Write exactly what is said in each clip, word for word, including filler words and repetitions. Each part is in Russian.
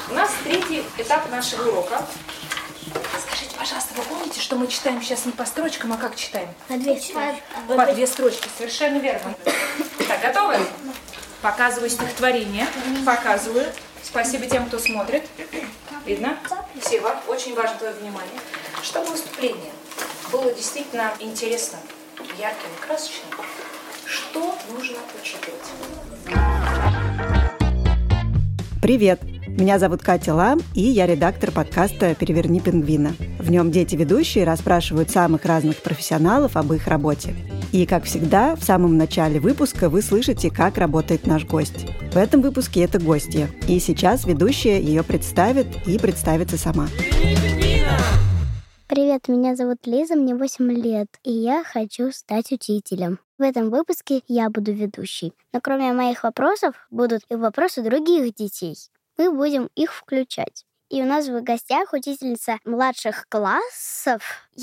У нас третий этап нашего урока. Скажите, пожалуйста, вы помните, что мы читаем сейчас не по строчкам, а как читаем? По две строчки. По две строчки, совершенно верно. Так, готовы? Показываю стихотворение. Показываю. Спасибо тем, кто смотрит. Видно? Сева, очень важно твое внимание. Чтобы выступление было действительно интересным, ярким и красочным, что нужно учитывать? Привет! Меня зовут Катя Лам, и я редактор подкаста «Переверни пингвина». В нем дети-ведущие расспрашивают самых разных профессионалов об их работе. И, как всегда, в самом начале выпуска вы слышите, как работает наш гость. В этом выпуске это гостья. И сейчас ведущая ее представит и представится сама. Привет, меня зовут Лиза, мне восемь лет, и я хочу стать учителем. В этом выпуске я буду ведущей. Но кроме моих вопросов будут и вопросы других детей. Мы будем их включать. И у нас в гостях учительница младших классов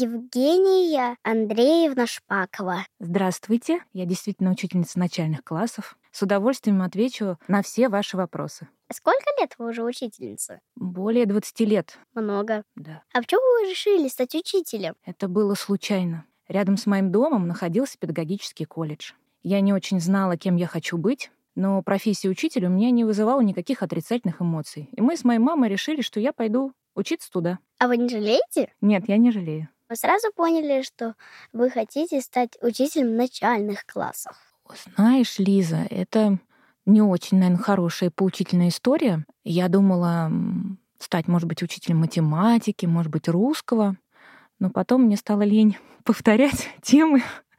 Евгения Андреевна Шпакова. Здравствуйте, я действительно учительница начальных классов. С удовольствием отвечу на все ваши вопросы. Сколько лет вы уже учительница? Более двадцати лет. Много. Да. А почему вы решили стать учителем? Это было случайно. Рядом с моим домом находился педагогический колледж. Я не очень знала, кем я хочу быть, но профессия учителя у меня не вызывала никаких отрицательных эмоций. И мы с моей мамой решили, что я пойду учиться туда. А вы не жалеете? Нет, я не жалею. Вы сразу поняли, что вы хотите стать учителем начальных классов? Знаешь, Лиза, это не очень, наверное, хорошая поучительная история. Я думала стать, может быть, учителем математики, может быть, русского. Но потом мне стало лень повторять темы,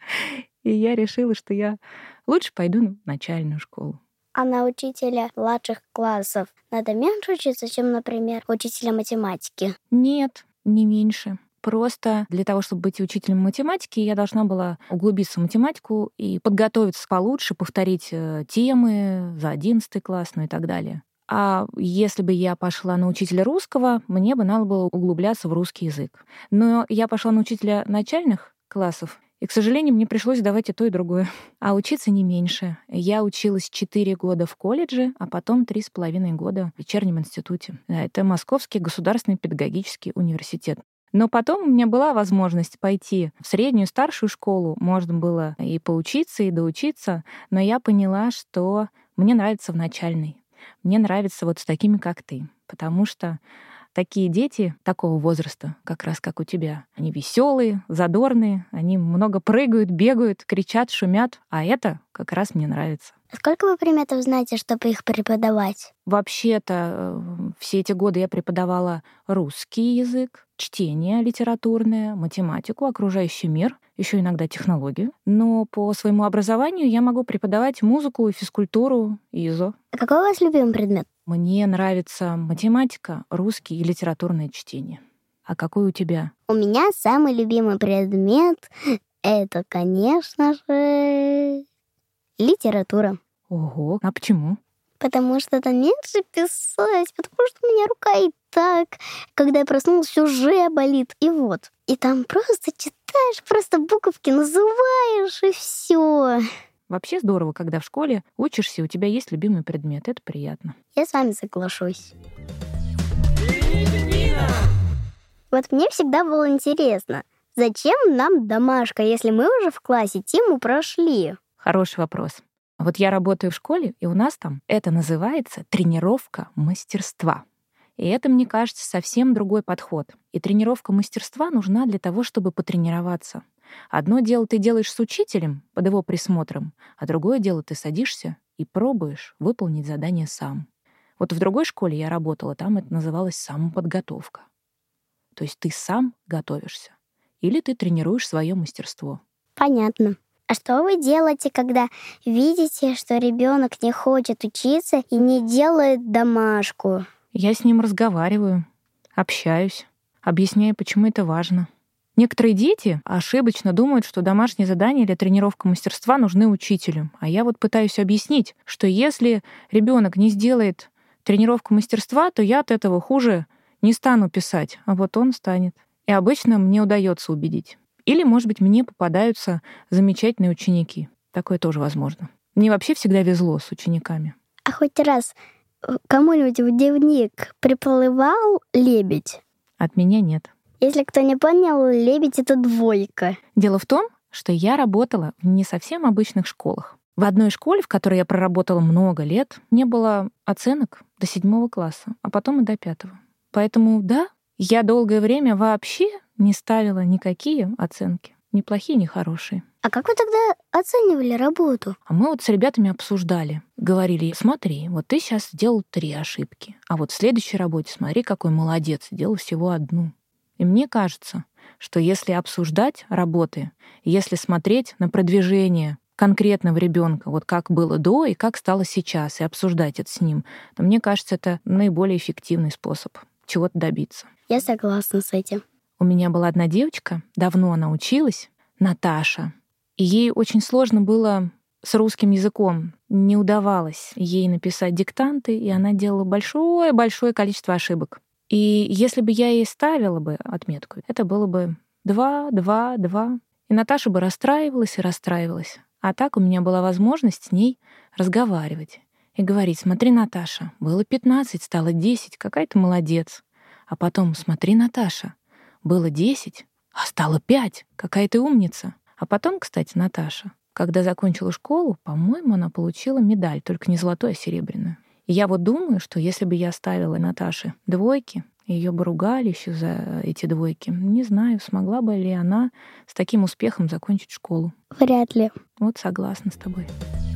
и я решила, что я лучше пойду в начальную школу. А на учителя младших классов надо меньше учиться, чем, например, учителя математики? Нет, не меньше. Просто для того, чтобы быть учителем математики, я должна была углубиться в математику и подготовиться получше, повторить темы за одиннадцатый класс, ну и так далее. А если бы я пошла на учителя русского, мне бы надо было углубляться в русский язык. Но я пошла на учителя начальных классов, и, к сожалению, мне пришлось сдавать и то, и другое. А учиться не меньше. Я училась четыре года в колледже, а потом три с половиной года в вечернем институте. Это Московский государственный педагогический университет. Но потом у меня была возможность пойти в среднюю, старшую школу. Можно было и поучиться, и доучиться. Но я поняла, что мне нравится в начальной. Мне нравится вот с такими, как ты. Потому что такие дети такого возраста, как раз как у тебя, они веселые, задорные, они много прыгают, бегают, кричат, шумят. А это как раз мне нравится. Сколько вы предметов знаете, чтобы их преподавать? Вообще-то все эти годы я преподавала русский язык, чтение литературное, математику, окружающий мир, еще иногда технологию. Но по своему образованию я могу преподавать музыку, физкультуру, ИЗО. А какой у вас любимый предмет? Мне нравится математика, русский и литературное чтение. А какой у тебя? У меня самый любимый предмет — это, конечно же, литература. Ого, а почему? Потому что там меньше писать, потому что у меня рука и так, когда я проснулась, уже болит. И вот. И там просто читаешь, просто буковки называешь, и все. Вообще здорово, когда в школе учишься, и у тебя есть любимый предмет. Это приятно. Я с вами соглашусь. Вот мне всегда было интересно, зачем нам домашка, если мы уже в классе тему прошли? Хороший вопрос. Вот я работаю в школе, и у нас там это называется тренировка мастерства. И это, мне кажется, совсем другой подход. И тренировка мастерства нужна для того, чтобы потренироваться. Одно дело ты делаешь с учителем, под его присмотром, а другое дело ты садишься и пробуешь выполнить задание сам. Вот в другой школе я работала, там это называлось самоподготовка. То есть ты сам готовишься. Или ты тренируешь свое мастерство. Понятно. А что вы делаете, когда видите, что ребенок не хочет учиться и не делает домашку? Я с ним разговариваю, общаюсь, объясняю, почему это важно. Некоторые дети ошибочно думают, что домашние задания или тренировка мастерства нужны учителю. А я вот пытаюсь объяснить, что если ребенок не сделает тренировку мастерства, то я от этого хуже не стану писать, а вот он станет. И обычно мне удается убедить. Или, может быть, мне попадаются замечательные ученики. Такое тоже возможно. Мне вообще всегда везло с учениками. А хоть раз кому-нибудь в дневник приплывал лебедь? От меня нет. Если кто не понял, лебедь — это двойка. Дело в том, что я работала в не совсем обычных школах. В одной школе, в которой я проработала много лет, не было оценок до седьмого класса, а потом и до пятого. Поэтому да, я долгое время вообще не ставила никакие оценки. Ни плохие, ни хорошие. А как вы тогда оценивали работу? А мы вот с ребятами обсуждали. Говорили, смотри, вот ты сейчас сделал три ошибки, а вот в следующей работе смотри, какой молодец, сделал всего одну. И мне кажется, что если обсуждать работы, если смотреть на продвижение конкретного ребенка, вот как было до и как стало сейчас, и обсуждать это с ним, то мне кажется, это наиболее эффективный способ чего-то добиться. Я согласна с этим. У меня была одна девочка, давно она училась, Наташа, и ей очень сложно было с русским языком. Не удавалось ей написать диктанты, и она делала большое-большое количество ошибок. И если бы я ей ставила бы отметку, это было бы два, два, два. И Наташа бы расстраивалась и расстраивалась. А так у меня была возможность с ней разговаривать и говорить: смотри, Наташа, было пятнадцать, стало десять, какая ты молодец. А потом: смотри, Наташа, было десять, а стало пять, какая ты умница. А потом, кстати, Наташа, когда закончила школу, по-моему, она получила медаль, только не золотую, а серебряную. И я вот думаю, что если бы я ставила Наташе двойки, ее бы ругали еще за эти двойки, не знаю, смогла бы ли она с таким успехом закончить школу. Вряд ли. Вот согласна с тобой.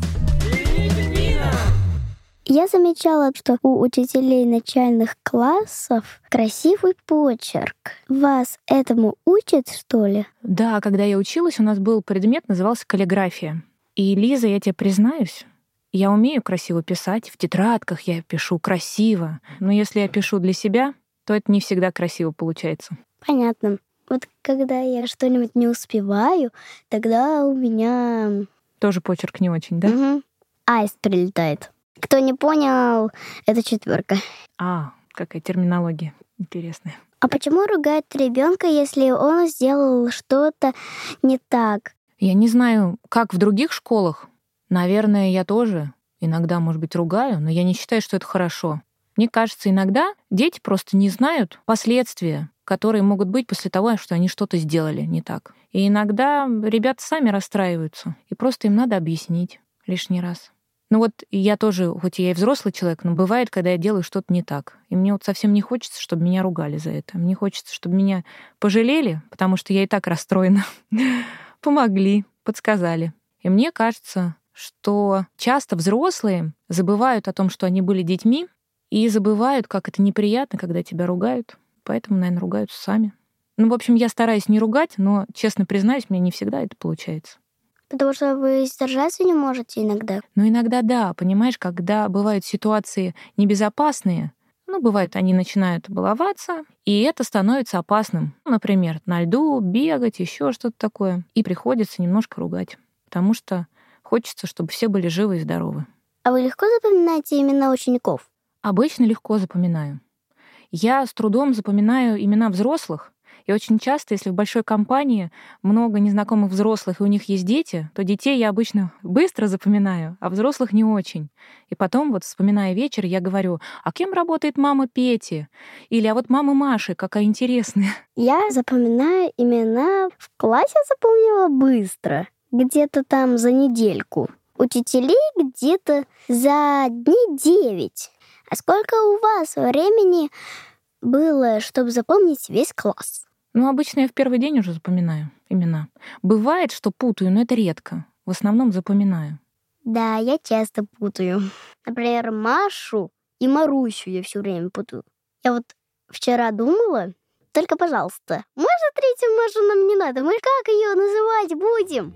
Я замечала, что у учителей начальных классов красивый почерк. Вас этому учат, что ли? Да, когда я училась, у нас был предмет, назывался каллиграфия. И, Лиза, я тебе признаюсь, я умею красиво писать, в тетрадках я пишу красиво. Но если я пишу для себя, то это не всегда красиво получается. Понятно. Вот когда я что-нибудь не успеваю, тогда у меня... Тоже почерк не очень, да? Угу. Аист прилетает. Кто не понял, это четверка. А, какая терминология интересная. А почему ругают ребенка, если он сделал что-то не так? Я не знаю, как в других школах. Наверное, я тоже иногда, может быть, ругаю, но я не считаю, что это хорошо. Мне кажется, иногда дети просто не знают последствия, которые могут быть после того, что они что-то сделали не так. И иногда ребята сами расстраиваются, и просто им надо объяснить лишний раз. Ну вот я тоже, хоть я и взрослый человек, но бывает, когда я делаю что-то не так. И мне вот совсем не хочется, чтобы меня ругали за это. Мне хочется, чтобы меня пожалели, потому что я и так расстроена. Помогли, подсказали. И мне кажется, что часто взрослые забывают о том, что они были детьми, и забывают, как это неприятно, когда тебя ругают. Поэтому, наверное, ругаются сами. Ну, в общем, я стараюсь не ругать, но, честно признаюсь, мне не всегда это получается. Потому что вы сдержаться не можете иногда. Ну, иногда да, понимаешь, когда бывают ситуации небезопасные, ну, бывает, они начинают баловаться, и это становится опасным. Например, на льду бегать, еще что-то такое. И приходится немножко ругать, потому что хочется, чтобы все были живы и здоровы. А вы легко запоминаете имена учеников? Обычно легко запоминаю. Я с трудом запоминаю имена взрослых, и очень часто, если в большой компании много незнакомых взрослых, и у них есть дети, то детей я обычно быстро запоминаю, а взрослых не очень. И потом, вот вспоминая вечер, я говорю: а кем работает мама Пети? Или а вот мама Маши, какая интересная. Я запоминаю имена в классе, запомнила быстро. Где-то там за недельку. Учителей где-то за дней девять. А сколько у вас времени было, чтобы запомнить весь класс? Ну, обычно я в первый день уже запоминаю имена. Бывает, что путаю, но это редко. В основном запоминаю. Да, я часто путаю. Например, Машу и Марусю я все время путаю. Я вот вчера думала, только, пожалуйста, можно третью Машу нам не надо? Мы как ее называть будем?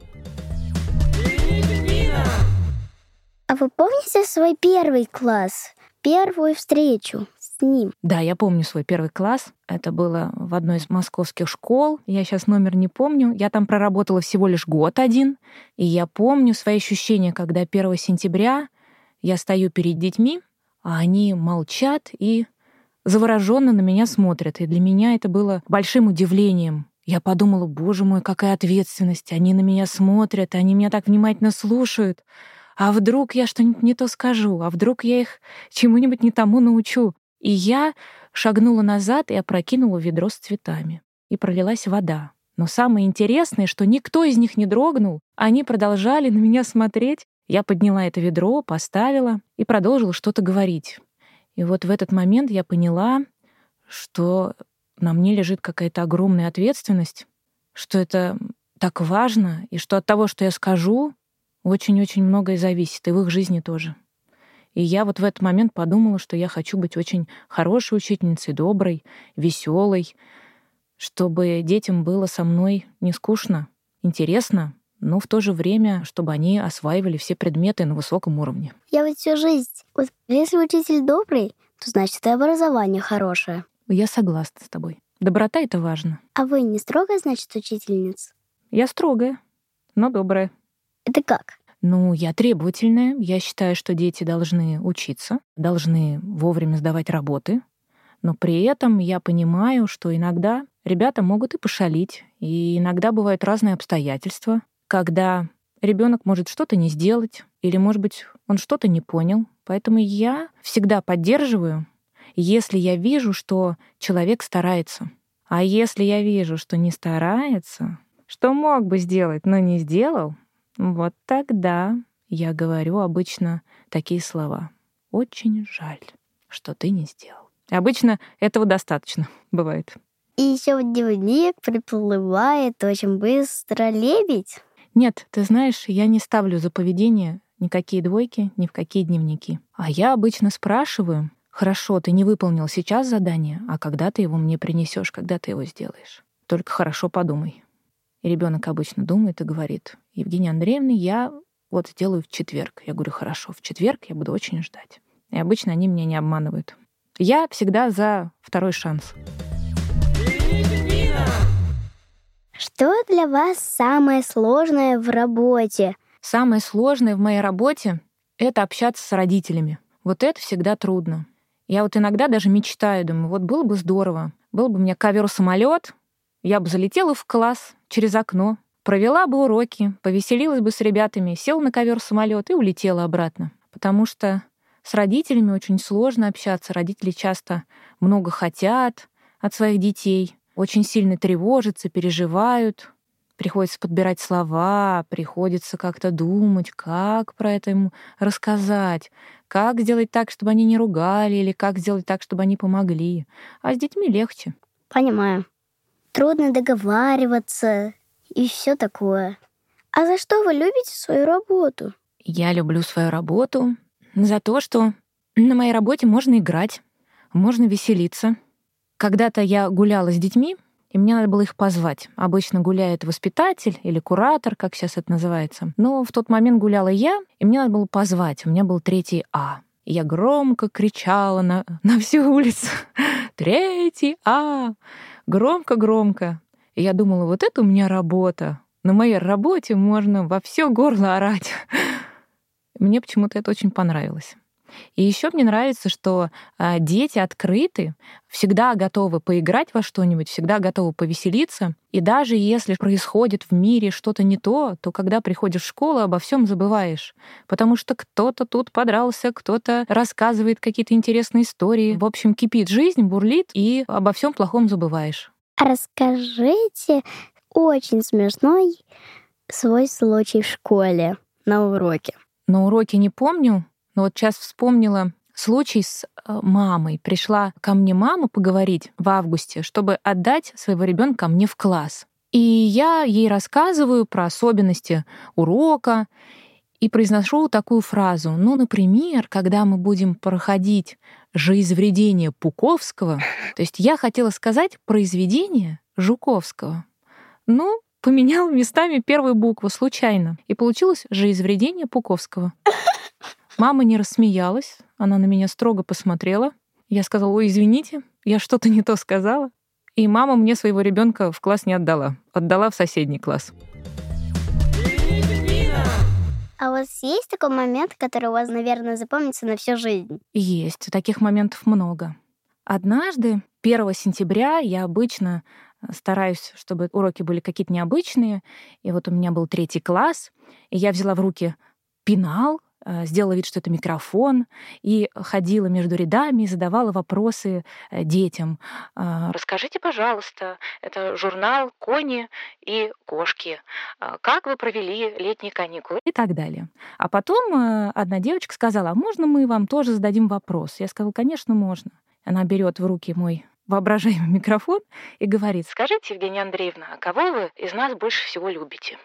А вы помните свой первый класс? Первую встречу с ним? Да, я помню свой первый класс. Это было в одной из московских школ. Я сейчас номер не помню. Я там проработала всего лишь год один. И я помню свои ощущения, когда первого сентября я стою перед детьми, а они молчат и завороженно на меня смотрят. И для меня это было большим удивлением. Я подумала: боже мой, какая ответственность. Они на меня смотрят, они меня так внимательно слушают. а вдруг я что-нибудь не то скажу, а вдруг я их чему-нибудь не тому научу. И я шагнула назад и опрокинула ведро с цветами. И пролилась вода. Но самое интересное, что никто из них не дрогнул. Они продолжали на меня смотреть. Я подняла это ведро, поставила и продолжила что-то говорить. И вот в этот момент я поняла, что на мне лежит какая-то огромная ответственность, что это так важно, и что от того, что я скажу, очень-очень многое зависит, и в их жизни тоже. И я вот в этот момент подумала, что я хочу быть очень хорошей учительницей, доброй, веселой, чтобы детям было со мной не скучно, интересно, но в то же время, чтобы они осваивали все предметы на высоком уровне. Я вот всю жизнь... Вот если учитель добрый, то значит и образование хорошее. Я согласна с тобой. Доброта — это важно. А вы не строгая, значит, учительница? Я строгая, но добрая. Это как? Ну, я требовательная. Я считаю, что дети должны учиться, должны вовремя сдавать работы. Но при этом я понимаю, что иногда ребята могут и пошалить. И иногда бывают разные обстоятельства, когда ребенок может что-то не сделать, или, может быть, он что-то не понял. Поэтому я всегда поддерживаю, если я вижу, что человек старается. А если я вижу, что не старается, что мог бы сделать, но не сделал, вот тогда я говорю обычно такие слова. «Очень жаль, что ты не сделал». Обычно этого достаточно бывает. И еще в дневник приплывает очень быстро лебедь. Нет, ты знаешь, я не ставлю за поведение никакие двойки, ни в какие дневники. А я обычно спрашиваю: хорошо, ты не выполнил сейчас задание, а когда ты его мне принесешь, когда ты его сделаешь? Только хорошо подумай. И ребенок обычно думает и говорит: Евгения Андреевна, я вот сделаю в четверг. Я говорю: хорошо, в четверг я буду очень ждать. И обычно они меня не обманывают. Я всегда за второй шанс. Что для вас самое сложное в работе? Самое сложное в моей работе — это общаться с родителями. Вот это всегда трудно. Я вот иногда даже мечтаю, думаю, вот было бы здорово. Был бы у меня ковер-самолет, я бы залетела в класс через окно, провела бы уроки, повеселилась бы с ребятами, села на ковер-самолет и улетела обратно. Потому что с родителями очень сложно общаться. Родители часто много хотят от своих детей, очень сильно тревожатся, переживают. Приходится подбирать слова, приходится как-то думать, как про это ему рассказать, как сделать так, чтобы они не ругали, или как сделать так, чтобы они помогли. А с детьми легче. Понимаю. Трудно договариваться и все такое. А за что вы любите свою работу? Я люблю свою работу за то, что на моей работе можно играть, можно веселиться. Когда-то я гуляла с детьми, и мне надо было их позвать. Обычно гуляет воспитатель или куратор, как сейчас это называется. Но в тот момент гуляла я, и мне надо было позвать. У меня был третий А. И я громко кричала на, на всю улицу: «Третий А!» Громко-громко. И я думала, вот это у меня работа. На моей работе можно во все горло орать. Мне почему-то это очень понравилось. И еще мне нравится, что а, дети открыты, всегда готовы поиграть во что-нибудь, всегда готовы повеселиться. И даже если происходит в мире что-то не то, то когда приходишь в школу, обо всем забываешь. Потому что кто-то тут подрался, кто-то рассказывает какие-то интересные истории. В общем, кипит жизнь, бурлит, и обо всем плохом забываешь. Расскажите очень смешной свой случай в школе на уроке. На уроке не помню. Но вот сейчас вспомнила случай с мамой. Пришла ко мне мама поговорить в августе, чтобы отдать своего ребенка мне в класс. И я ей рассказываю про особенности урока и произношу такую фразу. Ну, например, когда мы будем проходить жизневредение Пуковского, то есть я хотела сказать произведение Жуковского. Ну, поменяла местами первую букву случайно. И получилось жизневредение Пуковского. Мама не рассмеялась, она на меня строго посмотрела. Я сказала: ой, извините, я что-то не то сказала. И мама мне своего ребенка в класс не отдала. Отдала в соседний класс. А у вас есть такой момент, который у вас, наверное, запомнится на всю жизнь? Есть, таких моментов много. Однажды, первого сентября, я обычно стараюсь, чтобы уроки были какие-то необычные. И вот у меня был третий класс, и я взяла в руки пенал, э, сделала вид, что это микрофон, и ходила между рядами и задавала вопросы э, детям. Э, Расскажите, пожалуйста, это журнал «Кони и кошки». Э, Как вы провели летние каникулы? И так далее. А потом э, одна девочка сказала: а можно мы вам тоже зададим вопрос? Я сказала: конечно, можно. Она берет в руки мой воображаемый микрофон и говорит: скажите, Евгения Андреевна, а кого вы из нас больше всего любите?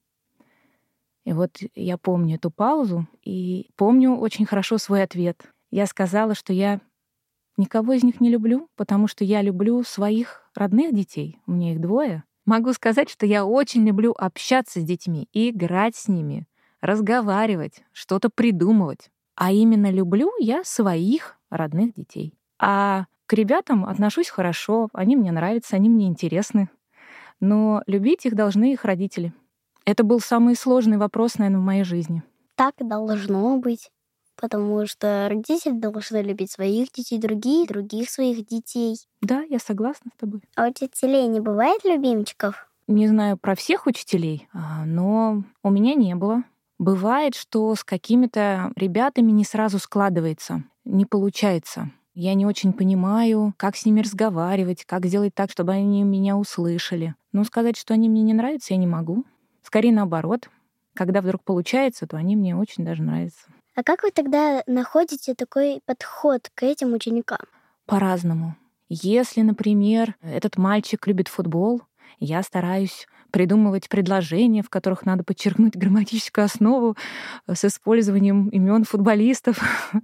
И вот я помню эту паузу и помню очень хорошо свой ответ. Я сказала, что я никого из них не люблю, потому что я люблю своих родных детей. У меня их двое. Могу сказать, что я очень люблю общаться с детьми, играть с ними, разговаривать, что-то придумывать. А именно люблю я своих родных детей. А к ребятам отношусь хорошо, они мне нравятся, они мне интересны. Но любить их должны их родители. Это был самый сложный вопрос, наверное, в моей жизни. Так должно быть, потому что родители должны любить своих детей, другие других своих детей. Да, я согласна с тобой. А у учителей не бывает любимчиков? Не знаю про всех учителей, а, но у меня не было. Бывает, что с какими-то ребятами не сразу складывается, не получается. Я не очень понимаю, как с ними разговаривать, как сделать так, чтобы они меня услышали. Но сказать, что они мне не нравятся, я не могу. Скорее наоборот. Когда вдруг получается, то они мне очень даже нравятся. А как вы тогда находите такой подход к этим ученикам? По-разному. Если, например, этот мальчик любит футбол, я стараюсь придумывать предложения, в которых надо подчеркнуть грамматическую основу с использованием имен футболистов.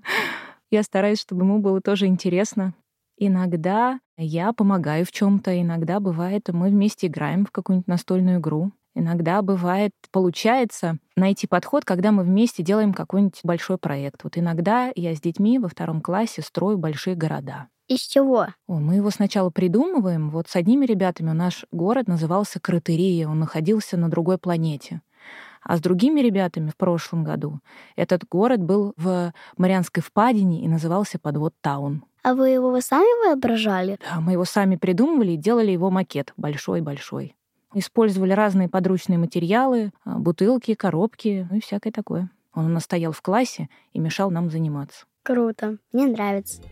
Я стараюсь, чтобы ему было тоже интересно. Иногда я помогаю в чем-то, иногда бывает, мы вместе играем в какую-нибудь настольную игру. Иногда бывает, получается найти подход, когда мы вместе делаем какой-нибудь большой проект. Вот иногда я с детьми во втором классе строю большие города. Из чего? О, мы его сначала придумываем. Вот с одними ребятами наш город назывался Кратерия, он находился на другой планете. А с другими ребятами в прошлом году этот город был в Марианской впадине и назывался Подвод Таун. А вы его вы сами воображали? Да, мы его сами придумывали и делали его макет большой-большой. Использовали разные подручные материалы, бутылки, коробки, ну и всякое такое. Он у нас стоял в классе и мешал нам заниматься. Круто, мне нравится.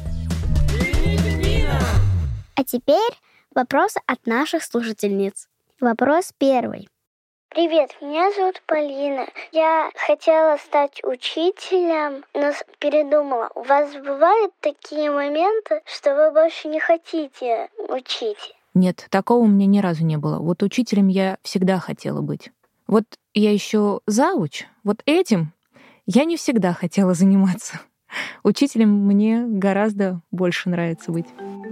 А теперь вопросы от наших слушательниц. Вопрос первый. Привет, меня зовут Полина. Я хотела стать учителем, но передумала. У вас бывают такие моменты, что вы больше не хотите учить? Нет, такого у меня ни разу не было. Вот учителем я всегда хотела быть. Вот я еще зауч, вот этим я не всегда хотела заниматься. Учителем мне гораздо больше нравится быть.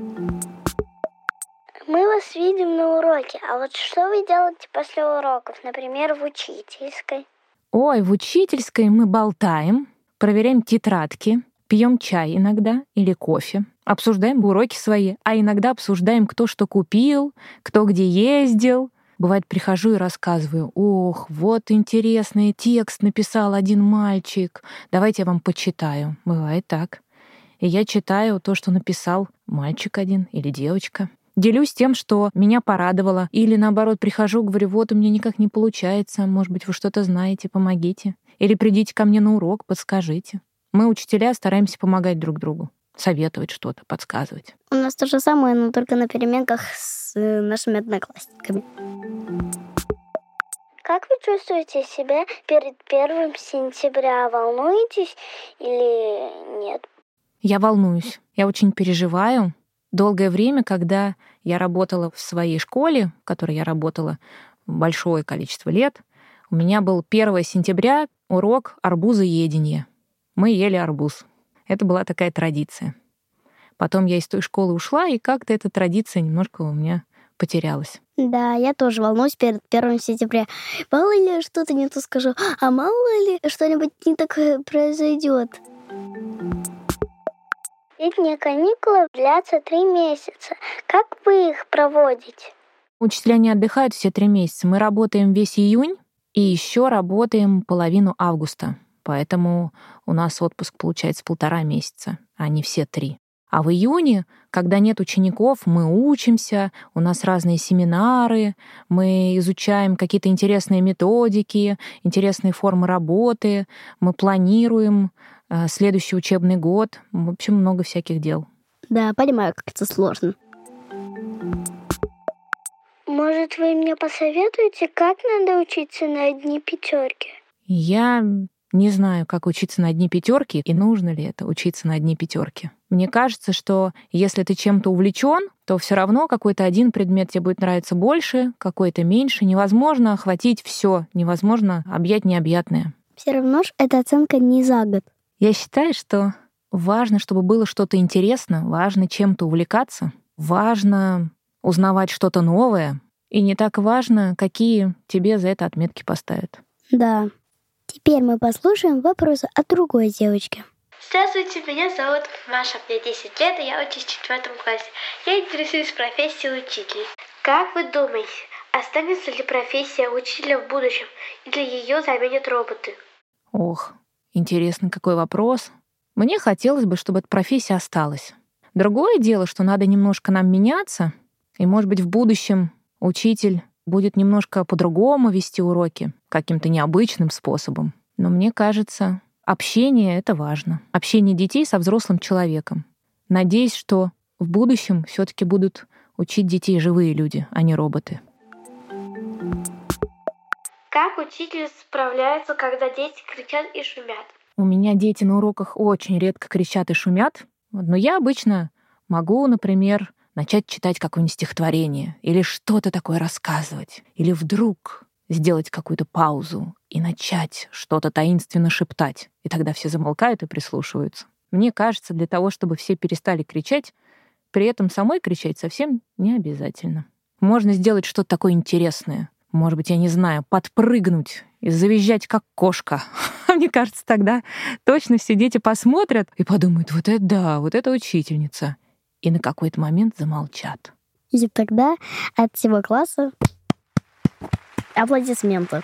Мы вас видим на уроке, а вот что вы делаете после уроков, например, в учительской? Ой, в учительской мы болтаем, проверяем тетрадки, пьем чай иногда или кофе, обсуждаем уроки свои, а иногда обсуждаем, кто что купил, кто где ездил. Бывает, прихожу и рассказываю: ох, вот интересный текст написал один мальчик, давайте я вам почитаю. Бывает так. И я читаю то, что написал мальчик один или девочка. Делюсь тем, что меня порадовало. Или наоборот, прихожу, говорю: вот у меня никак не получается, может быть, вы что-то знаете, помогите. Или придите ко мне на урок, подскажите. Мы, учителя, стараемся помогать друг другу, советовать что-то, подсказывать. У нас то же самое, но только на переменках с нашими одноклассниками. Как вы чувствуете себя перед первым сентября? Волнуетесь или нет? Я волнуюсь, я очень переживаю. Долгое время, когда я работала в своей школе, в которой я работала большое количество лет, у меня был первого сентября урок арбузоедения. Мы ели арбуз. Это была такая традиция. Потом я из той школы ушла, и как-то эта традиция немножко у меня потерялась. Да, я тоже волнуюсь перед первым сентября. Мало ли я что-то не то скажу, а мало ли что-нибудь не такое произойдет. Летние каникулы длятся три месяца. Как вы их проводите? Учителя не отдыхают все три месяца. Мы работаем весь июнь и еще работаем половину августа. Поэтому у нас отпуск получается полтора месяца, а не все три. А в июне, когда нет учеников, мы учимся, у нас разные семинары, мы изучаем какие-то интересные методики, интересные формы работы, мы планируем э, следующий учебный год. В общем, много всяких дел. Да, понимаю, как это сложно. Может, вы мне посоветуете, как надо учиться на одни пятерки? Я не знаю, как учиться на одни пятерки, и нужно ли это учиться на одни пятерки. Мне кажется, что если ты чем-то увлечен, то все равно какой-то один предмет тебе будет нравиться больше, какой-то меньше. Невозможно охватить все, невозможно объять необъятное. Все равно ж эта оценка не за год. Я считаю, что важно, чтобы было что-то интересно, важно чем-то увлекаться, важно узнавать что-то новое, и не так важно, какие тебе за это отметки поставят. Да. Теперь мы послушаем вопросы от другой девочки. Здравствуйте, меня зовут Маша, мне десять лет, и я учусь в четвертом классе. Я интересуюсь профессией учителя. Как вы думаете, останется ли профессия учителя в будущем, или ее заменят роботы? Ох, интересный какой вопрос. Мне хотелось бы, чтобы эта профессия осталась. Другое дело, что надо немножко нам меняться, и, может быть, в будущем учитель будет немножко по-другому вести уроки, каким-то необычным способом. Но мне кажется, общение — это важно. Общение детей со взрослым человеком. Надеюсь, что в будущем все-таки будут учить детей живые люди, а не роботы. Как учитель справляется, когда дети кричат и шумят? У меня дети на уроках очень редко кричат и шумят, но я обычно могу, например, начать читать какое-нибудь стихотворение или что-то такое рассказывать, или вдруг сделать какую-то паузу и начать что-то таинственно шептать. И тогда все замолкают и прислушиваются. Мне кажется, для того, чтобы все перестали кричать, при этом самой кричать совсем не обязательно. Можно сделать что-то такое интересное. Может быть, я не знаю, подпрыгнуть и завизжать, как кошка. Мне кажется, тогда точно все дети посмотрят и подумают: вот это да, вот это учительница. И на какой-то момент замолчат. И тогда от всего класса аплодисменты.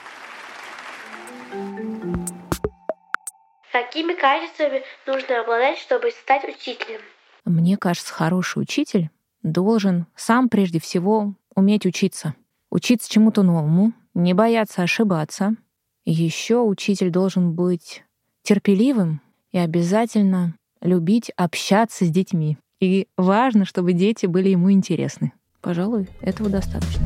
Какими качествами нужно обладать, чтобы стать учителем? Мне кажется, хороший учитель должен сам прежде всего уметь учиться. Учиться чему-то новому, не бояться ошибаться. Еще учитель должен быть терпеливым и обязательно любить общаться с детьми. И важно, чтобы дети были ему интересны. Пожалуй, этого достаточно.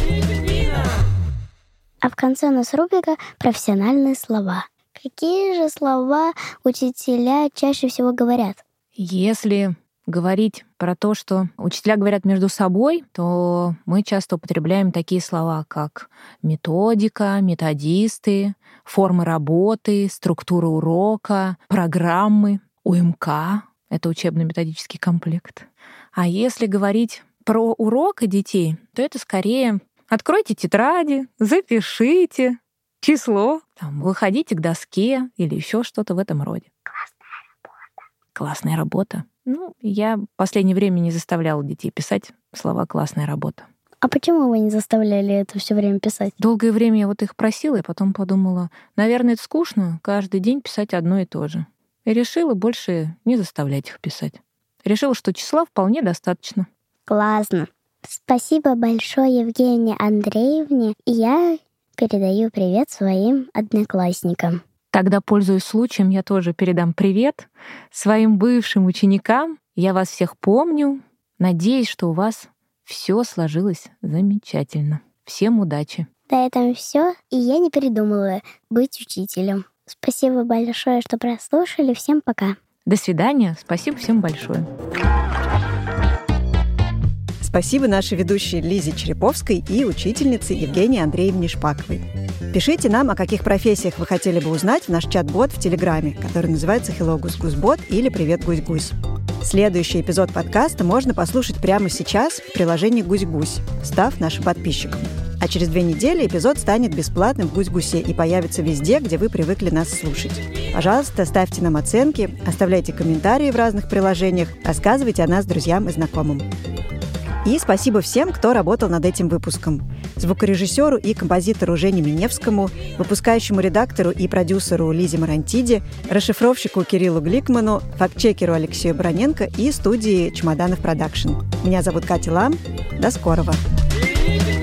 А в конце у нас рубрика «Профессиональные слова». Какие же слова учителя чаще всего говорят? Если говорить про то, что учителя говорят между собой, то мы часто употребляем такие слова, как методика, методисты, формы работы, структура урока, программы, УМК. Это учебно-методический комплект. А если говорить про урок и детей, то это скорее откройте тетради, запишите число, там, выходите к доске или еще что-то в этом роде. Классная работа. Классная работа. Ну, я в последнее время не заставляла детей писать слова «классная работа». А почему вы не заставляли это все время писать? Долгое время я вот их просила, и потом подумала, наверное, это скучно каждый день писать одно и то же. И решила больше не заставлять их писать. Решила, что числа вполне достаточно. Классно. Спасибо большое Евгении Андреевне. И я передаю привет своим одноклассникам. Тогда, пользуясь случаем, я тоже передам привет своим бывшим ученикам. Я вас всех помню. Надеюсь, что у вас все сложилось замечательно. Всем удачи. На этом все. И я не передумала быть учителем. Спасибо большое, что прослушали. Всем пока. До свидания. Спасибо всем большое. Спасибо нашей ведущей Лизе Череповской и учительнице Евгении Андреевне Шпаковой. Пишите нам, о каких профессиях вы хотели бы узнать в наш чат-бот в Телеграме, который называется Hello Гусь-Гусь-Бот или Привет Гусь-Гусь. Следующий эпизод подкаста можно послушать прямо сейчас в приложении Гусь-Гусь, став нашим подписчиком. А через две недели эпизод станет бесплатным в Гусь-Гусе и появится везде, где вы привыкли нас слушать. Пожалуйста, ставьте нам оценки, оставляйте комментарии в разных приложениях, рассказывайте о нас друзьям и знакомым. И спасибо всем, кто работал над этим выпуском. звукорежиссеру и композитору Жене Миневскому, выпускающему редактору и продюсеру Лизе Марантиди, расшифровщику Кириллу Гликману, фактчекеру Алексею Броненко и студии «Чемоданов Продакшн». Меня зовут Катя Лам. До скорого!